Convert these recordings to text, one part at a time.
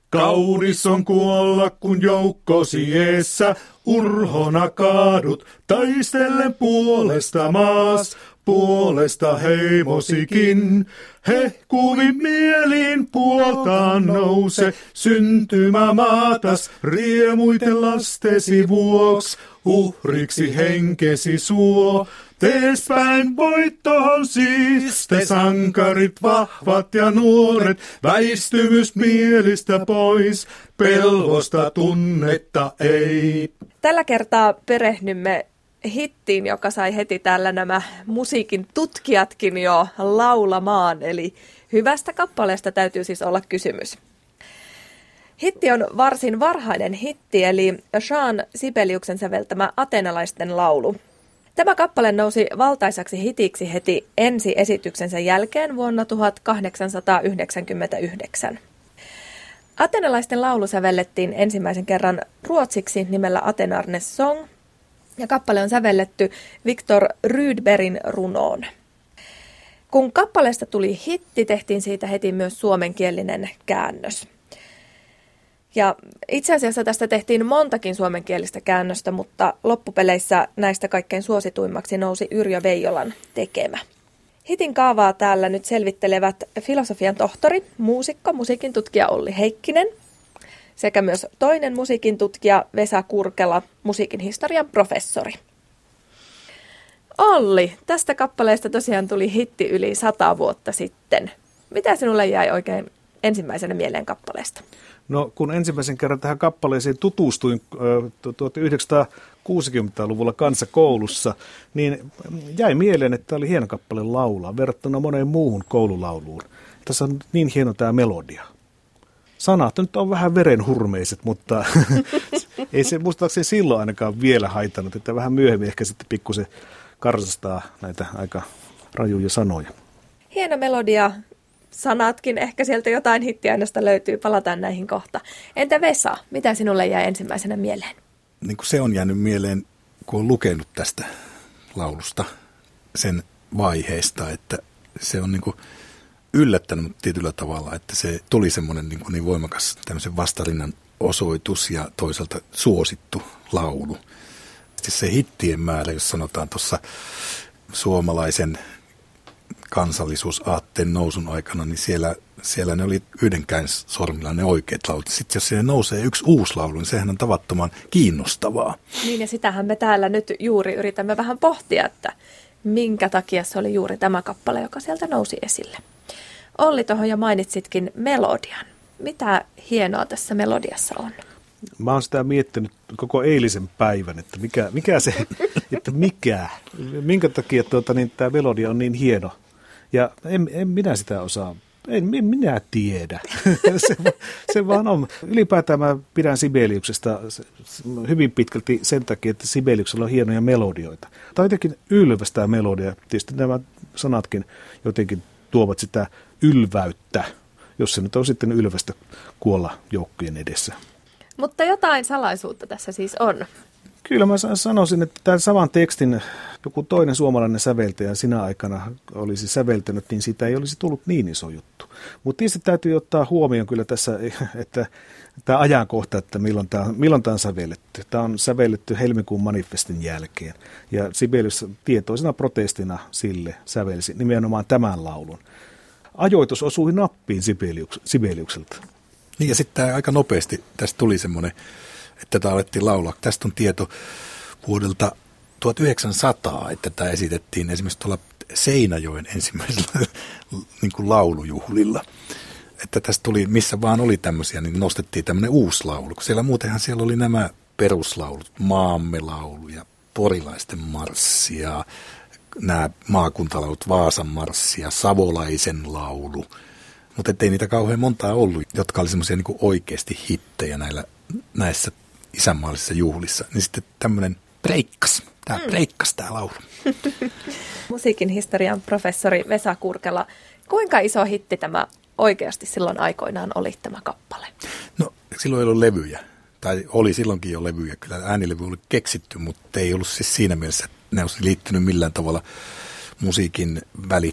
Kaunis on kuolla, kun joukkosi eessä, urhona kaadut, taistellen puolesta maas, puolesta heimosikin. Hehkuvin mielin puoltaan nouse, syntymämaatas, riemuiten lastesi vuoks, uhriksi henkesi suo. Teespäin voittoon siis, te sankarit vahvat ja nuoret, väistymys mielistä pois, pelvosta tunnetta ei. Tällä kertaa perehdymme hittiin, joka sai heti täällä nämä musiikin tutkijatkin jo laulamaan, eli hyvästä kappaleesta täytyy siis olla kysymys. Hitti on varsin varhainen hitti, eli Jean Sibeliuksen säveltämä Ateenalaisten laulu. Tämä kappale nousi valtaisaksi hitiksi heti ensiesityksensä jälkeen vuonna 1899. Ateenalaisten laulu sävellettiin ensimmäisen kerran ruotsiksi nimellä Atenarnes Song, ja kappale on sävelletty Viktor Rydbergin runoon. Kun kappaleesta tuli hitti, tehtiin siitä heti myös suomenkielinen käännös. Ja itse asiassa tästä tehtiin montakin suomenkielistä käännöstä, mutta loppupeleissä näistä kaikkein suosituimmaksi nousi Yrjö Veijolan tekemä. Hitin kaavaa täällä nyt selvittelevät filosofian tohtori, muusikko, musiikin tutkija Olli Heikkinen sekä myös toinen musiikin tutkija Vesa Kurkela, musiikin historian professori. Olli, tästä kappaleesta tosiaan tuli hitti yli 100 vuotta sitten. Mitä sinulle jäi oikein ensimmäisenä mieleen kappaleesta? No, kun ensimmäisen kerran tähän kappaleeseen tutustuin 1960-luvulla kansakoulussa, niin jäi mieleen, että tämä oli hieno kappale laulaa verrattuna moneen muuhun koululauluun. Tässä on niin hieno tämä melodia. Sanat nyt on vähän verenhurmeiset, mutta ei se muistaakseni silloin ainakaan vielä haitannut, että vähän myöhemmin ehkä sitten pikkusen karsastaa näitä aika rajuja sanoja. Hieno melodia. Sanatkin, ehkä sieltä jotain hittiaineesta löytyy, palataan näihin kohta. Entä Vesa, mitä sinulle jäi ensimmäisenä mieleen? Niin kuin se on jäänyt mieleen, kun on lukenut tästä laulusta sen vaiheesta, että se on niin kuin yllättänyt tietyllä tavalla, että se tuli semmoinen niin voimakas tämmöisen vastarinnan osoitus ja toisaalta suosittu laulu. Siis se hittien määrä, jos sanotaan tuossa suomalaisen kansallisuusaatteen nousun aikana, niin siellä ne oli yhdenkään sormilla ne oikeat laulut. Sitten jos siellä nousee yksi uusi laulu, niin sehän on tavattoman kiinnostavaa. Niin, ja sitähän me täällä nyt juuri yritämme vähän pohtia, että minkä takia se oli juuri tämä kappale, joka sieltä nousi esille. Olli, tuohon jo mainitsitkin melodian. Mitä hienoa tässä melodiassa on? Mä oon sitä miettinyt koko eilisen päivän, että minkä takia tämä melodia on niin hieno. Ja en minä sitä osaa, en minä tiedä. se vaan on. Ylipäätään mä pidän Sibeliuksesta hyvin pitkälti sen takia, että Sibeliuksella on hienoja melodioita. Tai jotenkin ylväs tämä melodia. Tietysti nämä sanatkin jotenkin tuovat sitä ylväyttä, jos se nyt on sitten ylvästä kuolla joukkojen edessä. Mutta jotain salaisuutta tässä siis on. Kyllä mä sanoisin, että tämän saman tekstin joku toinen suomalainen säveltäjä sinä aikana olisi säveltänyt, niin siitä ei olisi tullut niin iso juttu. Mutta tietysti täytyy ottaa huomioon kyllä tässä, että tämä ajankohta, että milloin tämä on sävelletty. Tämä on sävelletty helmikuun manifestin jälkeen. Ja Sibelius tietoisena protestina sille sävelsi nimenomaan tämän laulun. Ajoitus osui nappiin Sibeliukselta. Niin ja sitten aika nopeasti tästä tuli semmoinen, että tätä alettiin laulaa. Tästä on tieto vuodelta 1900, että tämä esitettiin esimerkiksi tuolla Seinäjoen ensimmäisellä niin kuin laulujuhlilla. Että tästä tuli, missä vaan oli tämmöisiä, niin nostettiin tämmöinen uusi laulu. Siellä muutenhan siellä oli nämä peruslaulut, Maamme laulu ja Porilaisten marssi ja nämä maakuntalaulut, Vaasan marssi ja Savolaisen laulu. Mutta ettei niitä kauhean montaa ollut, jotka oli semmoisia niin oikeasti hittejä näissä isänmaallisissa juhlissa. Niin sitten tämmöinen breikkas tämä laulu. Musiikin historian professori Vesa Kurkela, kuinka iso hitti tämä oikeasti silloin aikoinaan oli tämä kappale? No silloin ei ollut levyjä, tai oli silloinkin jo levyjä. Kyllä äänilevy oli keksitty, mutta ei ollut siis siinä mielessä, että ne olisi liittynyt millään tavalla musiikin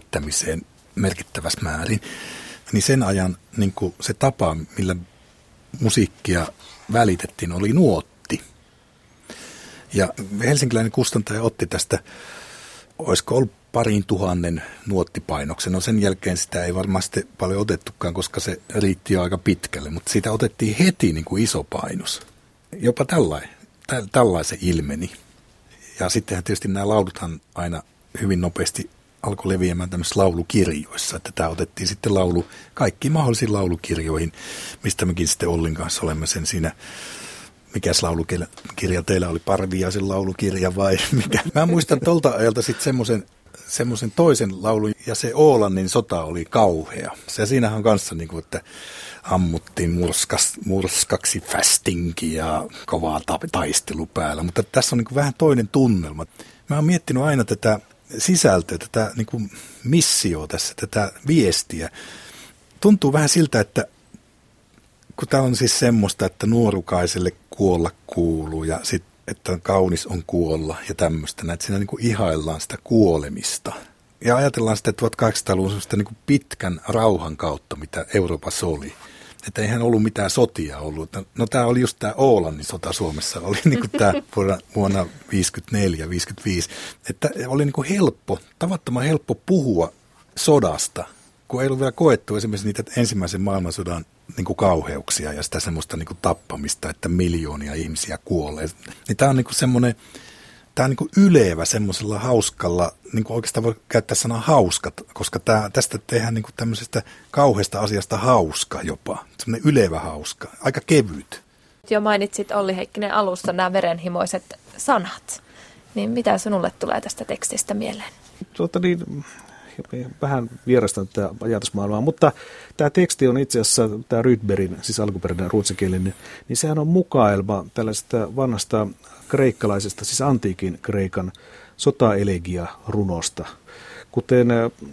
välittämiseen merkittävässä määrin. Niin sen ajan niin kuin se tapa, millä musiikkia välitettiin, oli nuotti. Ja helsinkiläinen kustantaja otti tästä, olisiko ollut 2,000 nuottipainoksen. No sen jälkeen sitä ei varmasti paljon otettukaan, koska se riitti jo aika pitkälle, mutta siitä otettiin heti niin kuin iso painos. Jopa tällaisen ilmeni. Ja sittenhän tietysti nämä lauluthan aina hyvin nopeasti alkoi leviämään tämmöisissä laulukirjoissa, että tämä otettiin sitten kaikkiin mahdollisiin laulukirjoihin, mistä mekin sitten Ollin kanssa olemme sen siinä. Mikäs laulukirja teillä oli, Parviaisen laulukirja vai mikä? Mä muistan tuolta ajalta sitten semmoisen toisen laulun, ja se Ålannin sota oli kauhea. Ja siinähän on kanssa niin kuin, että ammuttiin murskaksi fästinki ja kovaa taistelu päällä. Mutta tässä on niin kuin vähän toinen tunnelma. Mä oon miettinyt aina tätä sisältöä, tätä niin kuin missioa tässä, tätä viestiä. Tuntuu vähän siltä, että kun tämä on siis semmoista, että nuorukaiselle kuolla kuuluu ja sitten, että kaunis on kuolla ja tämmöistä, että siinä niin kuin ihaillaan sitä kuolemista. Ja ajatellaan sitä 1800-luvun semmoista niin kuin pitkän rauhan kautta, mitä Euroopassa oli. Että eihän ollut mitään sotia ollut. No tämä oli just tämä Ålannin sota Suomessa, oli niin kuin tämä vuonna 54-55. Että oli niin kuin tavattoman helppo puhua sodasta, kun ei ollut vielä koettu esimerkiksi niitä ensimmäisen maailmansodan niin kuin kauheuksia ja sitä semmoista niin kuin tappamista, että miljoonia ihmisiä kuolee. Niin tämä on niin kuin semmoinen, tämä on niin kuin ylevä semmoisella hauskalla, niin kuin oikeastaan voi käyttää sanaa hauskat, koska tästä tehdään niin kuin tämmöisestä kauheasta asiasta hauska jopa. Semmoinen ylevä hauska, aika kevyt. Jo mainitsit Olli Heikkinen alussa nämä verenhimoiset sanat. Niin mitä sinulle tulee tästä tekstistä mieleen? Vähän vierastan tätä ajatusmaailmaa, mutta tämä teksti on itse asiassa, tämä Rydbergin, siis alkuperäinen ruotsinkielinen, niin sehän on mukaelma tällaisesta vanhasta kreikkalaisesta, siis antiikin Kreikan sotaelegia-runosta. Kuten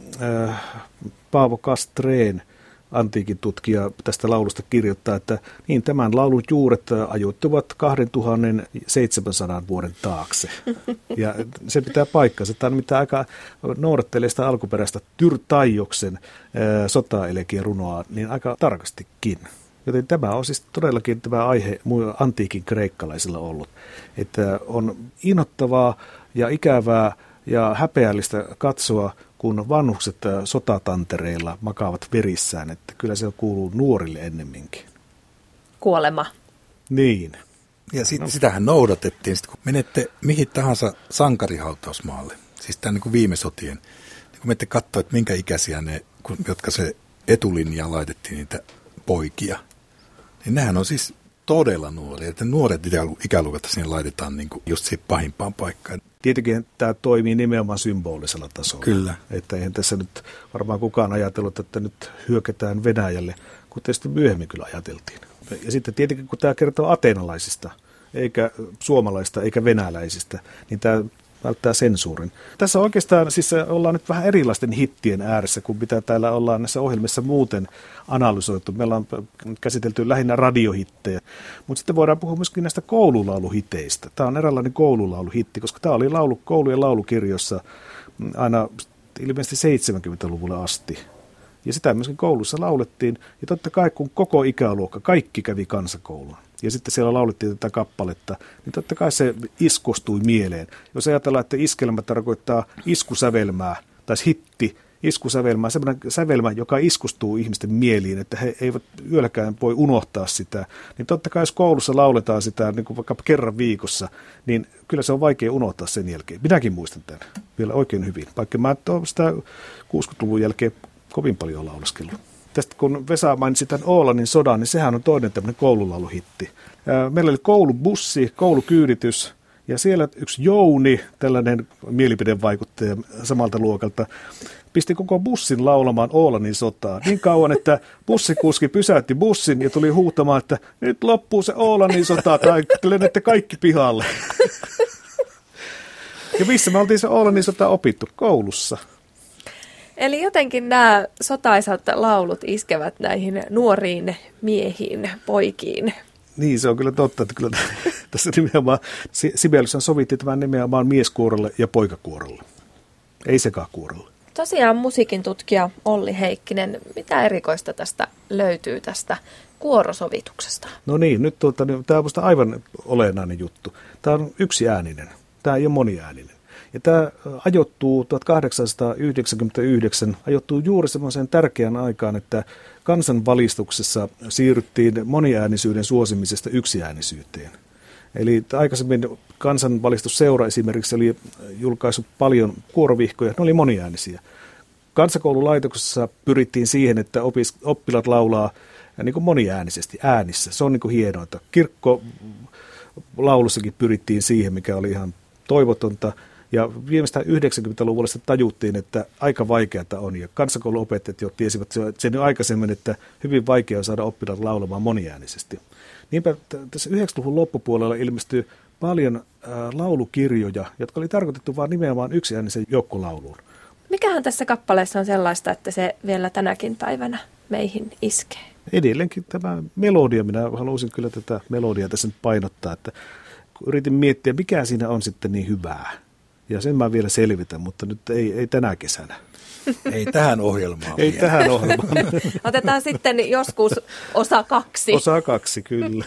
Paavo Castrén, antiikin tutkija, tästä laulusta kirjoittaa, että niin tämän laulun juuret ajoittuvat 2700 vuoden taakse. Ja se pitää paikkansa. Tämä on mitään aika noudattelee sitä alkuperäistä Tyrtaijoksen sotaelegian runoa niin aika tarkastikin. Joten tämä on siis todellakin tämä aihe antiikin kreikkalaisilla ollut. Että on innoittavaa ja ikävää ja häpeällistä katsoa, kun vanhukset sotatantereilla makaavat verissään, että kyllä se kuuluu nuorille ennemminkin. Kuolema. Niin. Ja sitähän noudatettiin, sit kun menette mihin tahansa sankarihautausmaalle, siis tämän niin kuin viime sotien, niin kun menette katsoa, että minkä ikäisiä ne, jotka se etulinjaan laitettiin niitä poikia, niin nehän on siis todella nuoria, että nuoret ikäluokat sinne laitetaan niin kuin just siihen pahimpaan paikkaan. Tietenkin tämä toimii nimenomaan symbolisella tasolla. Kyllä. Että eihän tässä nyt varmaan kukaan ajatellut, että nyt hyökätään Venäjälle, kuten sitten myöhemmin kyllä ajateltiin. Ja sitten tietenkin, kun tämä kertoo ateenalaisista, eikä suomalaista, eikä venäläisistä, niin tämä välttää sensuurin. Tässä oikeastaan siis ollaan nyt vähän erilaisten hittien ääressä, kuin mitä täällä ollaan näissä ohjelmissa muuten analysoitu. Meillä on käsitelty lähinnä radiohittejä, mutta sitten voidaan puhua myöskin näistä koululauluhiteistä. Tämä on eräänlainen koululauluhitti, koska tämä oli koulujen laulukirjoissa aina ilmeisesti 70-luvulle asti. Ja sitä myöskin koulussa laulettiin, ja totta kai kun koko ikäluokka, kaikki kävi kansakoulun, ja sitten siellä laulettiin tätä kappaletta, niin totta kai se iskostui mieleen. Jos ajatellaan, että iskelmä tarkoittaa iskusävelmää, tai hitti, iskusävelmää, semmoinen sävelmä, joka iskustuu ihmisten mieliin, että he eivät yölläkään voi unohtaa sitä, niin totta kai jos koulussa lauletaan sitä niin kuin vaikka kerran viikossa, niin kyllä se on vaikea unohtaa sen jälkeen. Minäkin muistan tämän vielä oikein hyvin, vaikka mä olen sitä 60-luvun jälkeen kovin paljon lauleskellut. Tästä kun Vesa mainitsi tämän Ålannin sodan, niin sehän on toinen tämmöinen koululauluhitti. Meillä oli koulubussi, koulukyyditys, ja siellä yksi Jouni, tällainen mielipidevaikuttaja samalta luokalta, pisti koko bussin laulamaan Ålannin sotaa niin kauan, että bussikuski pysäytti bussin ja tuli huutamaan, että nyt loppuu se Ålannin sota tai lennätte kaikki pihalle. Ja missä me oltiin se Ålannin sota opittu? Koulussa. Eli jotenkin nämä sotaisat laulut iskevät näihin nuoriin miehiin, poikiin. Niin, se on kyllä totta, että kyllä tässä nimenomaan Sibeliushan sovitti tämän nimenomaan mieskuorolle ja poikakuorolle, ei sekakuorolle. Tosiaan musiikin tutkija Olli Heikkinen, mitä erikoista tästä löytyy tästä kuorosovituksesta? No niin, nyt tämä on minusta aivan olennainen juttu. Tämä on yksiääninen, tämä ei ole moniääninen. Ja tämä ajoittuu 1899, ajoittuu juuri semmoiseen tärkeään aikaan, että kansanvalistuksessa siirryttiin moniäänisyyden suosimisesta yksiäänisyyteen. Eli aikaisemmin kansanvalistusseura esimerkiksi oli julkaissut paljon kuorovihkoja, ne oli moniäänisiä. Kansakoululaitoksessa pyrittiin siihen, että oppilaat laulaa niin kuin moniäänisesti äänissä. Se on niin kuin hienoa. Kirkkolaulussakin pyrittiin siihen, mikä oli ihan toivotonta. Ja viimeistään 90-luvulla sitten tajuttiin, että aika vaikeaa on. Ja kansakouluopettajat jo tiesivät sen jo aikaisemmin, että hyvin vaikea on saada oppilaat laulamaan moniäänisesti. Niinpä tässä 90-luvun loppupuolella ilmestyi paljon laulukirjoja, jotka oli tarkoitettu vain nimenomaan yksiäänisen joukkolauluun. Mikähän tässä kappaleessa on sellaista, että se vielä tänäkin päivänä meihin iskee? Edelleenkin tämä melodia, minä haluaisin kyllä tätä melodiaa tässä nyt painottaa, että yritin miettiä, mikä siinä on sitten niin hyvää. Ja sen mä vielä selvitän, mutta nyt ei tänä kesänä. Ei tähän ohjelmaan. Ei tähän ohjelmaan. Otetaan sitten joskus osa 2. Osa 2, kyllä.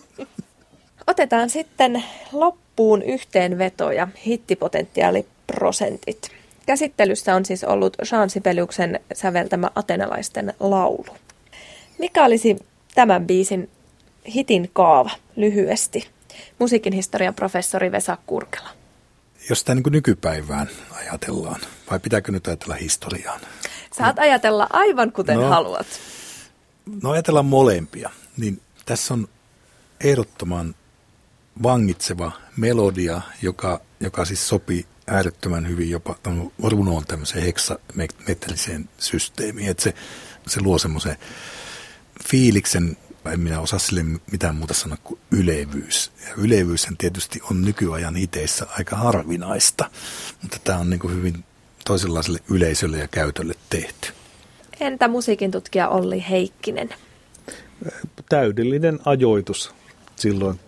Otetaan sitten loppuun yhteenveto ja hittipotentiaaliprosentit. Käsittelyssä on siis ollut Jean Sibeliuksen säveltämä atenalaisten laulu. Mikä olisi tämän biisin hitin kaava lyhyesti? Musiikin historian professori Vesa Kurkela. Jos sitä niin kuin nykypäivään ajatellaan, vai pitääkö nyt ajatella historiaan? Saat ajatella aivan kuten haluat. No ajatellaan molempia. Niin tässä on ehdottoman vangitseva melodia, joka siis sopii äärettömän hyvin jopa runoon tämmöiseen heksametriseen systeemiin. Että se luo semmoisen fiiliksen, en minä osaa sille mitään muuta sanoa kuin ylevyys. Ja ylevyyshän tietysti on nykyajan hiteissä aika harvinaista, mutta tämä on niin kuin hyvin toisenlaiselle yleisölle ja käytölle tehty. Entä musiikin tutkija Olli Heikkinen? Täydellinen ajoitus silloin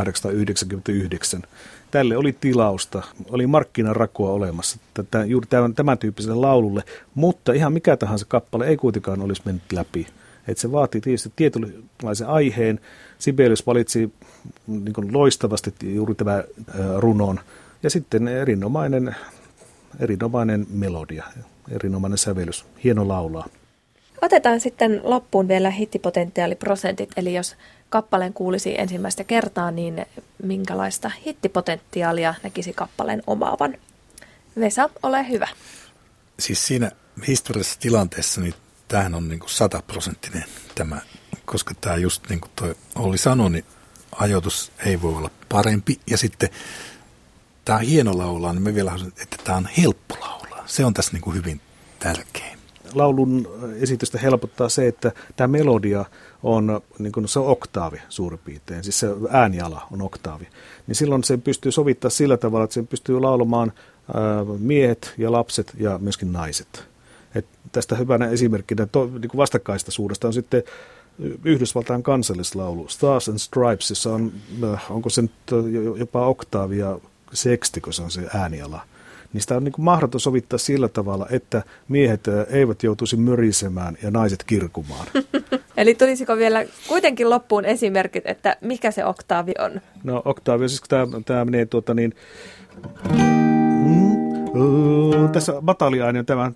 1899. Tälle oli tilausta, oli markkinarakoa olemassa juuri tämän tyyppiselle laululle, mutta ihan mikä tahansa kappale ei kuitenkaan olisi mennyt läpi. Että se vaatii tietysti tietynlaisen aiheen. Sibelius valitsi niin kuin loistavasti juuri tämä runon ja sitten erinomainen melodia, erinomainen sävellys, hieno laulaa. Otetaan sitten loppuun vielä hittipotentiaaliprosentit, eli jos kappaleen kuulisi ensimmäistä kertaa, niin minkälaista hittipotentiaalia näkisi kappaleen omaavan? Vesa, ole hyvä. Siis siinä historiallisessa tilanteessa niin tämähän on niin kuin 100% tämä, koska tämä just niin kuin toi Olli sanoi, niin ajoitus ei voi olla parempi. Ja sitten tämä on hieno laulaa, niin me vielä haluaisin, että tämä on helppo laulaa. Se on tässä niin kuin hyvin tärkein. Laulun esitystä helpottaa se, että tämä melodia on, niin kuin se on oktaavi suurin piirtein, siis se ääniala on oktaavi. Niin silloin se pystyy sovittaa sillä tavalla, että se pystyy laulamaan miehet ja lapset ja myöskin naiset. Et tästä hyvänä esimerkkinä niin kuin vastakkaista on sitten Yhdysvaltain kansallislaulu Stars and Stripes, jossa onko se nyt jopa oktaavi ja seksti, kun se on se ääniala. Niin sitä on niin kuin mahdoton sovittaa sillä tavalla, että miehet eivät joutuisi mörisemään ja naiset kirkumaan. Eli tulisiko vielä kuitenkin loppuun esimerkit, että mikä se oktaavi on? No oktaavi, siis tämä menee tässä mataliainen on tämä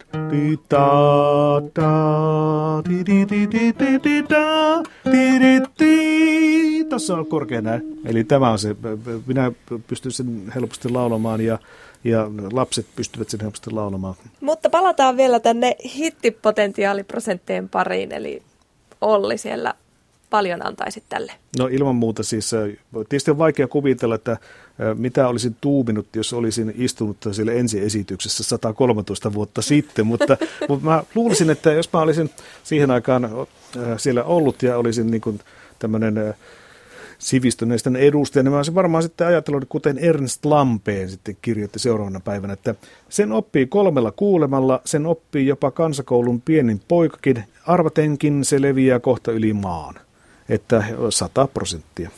tässä on korkea näin. Eli tämä on se, minä pystyn sen helposti laulamaan ja lapset pystyvät sen helposti laulamaan. Mutta palataan vielä tänne hittipotentiaaliprosenttien pariin, eli Olli siellä paljon antaisit tälle. No ilman muuta siis, tietysti on vaikea kuvitella, että mitä olisin tuuminut, jos olisin istunut siellä ensiesityksessä 113 vuotta sitten, mutta mä luulisin, että jos mä olisin siihen aikaan siellä ollut ja olisin niin kuin tämmöinen sivistyneistä edustaja, niin mä olisin varmaan sitten ajatellut, kuten Ernst Lampeen sitten kirjoitti seuraavana päivänä, että sen oppii 3 kuulemalla, sen oppii jopa kansakoulun pienin poikakin, arvatenkin se leviää kohta yli maan. Että 100%.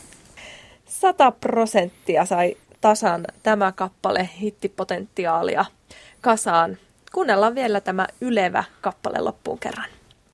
100% sai tasan tämä kappale hittipotentiaalia kasaan. Kuunnellaan vielä tämä ylevä kappale loppuun kerran.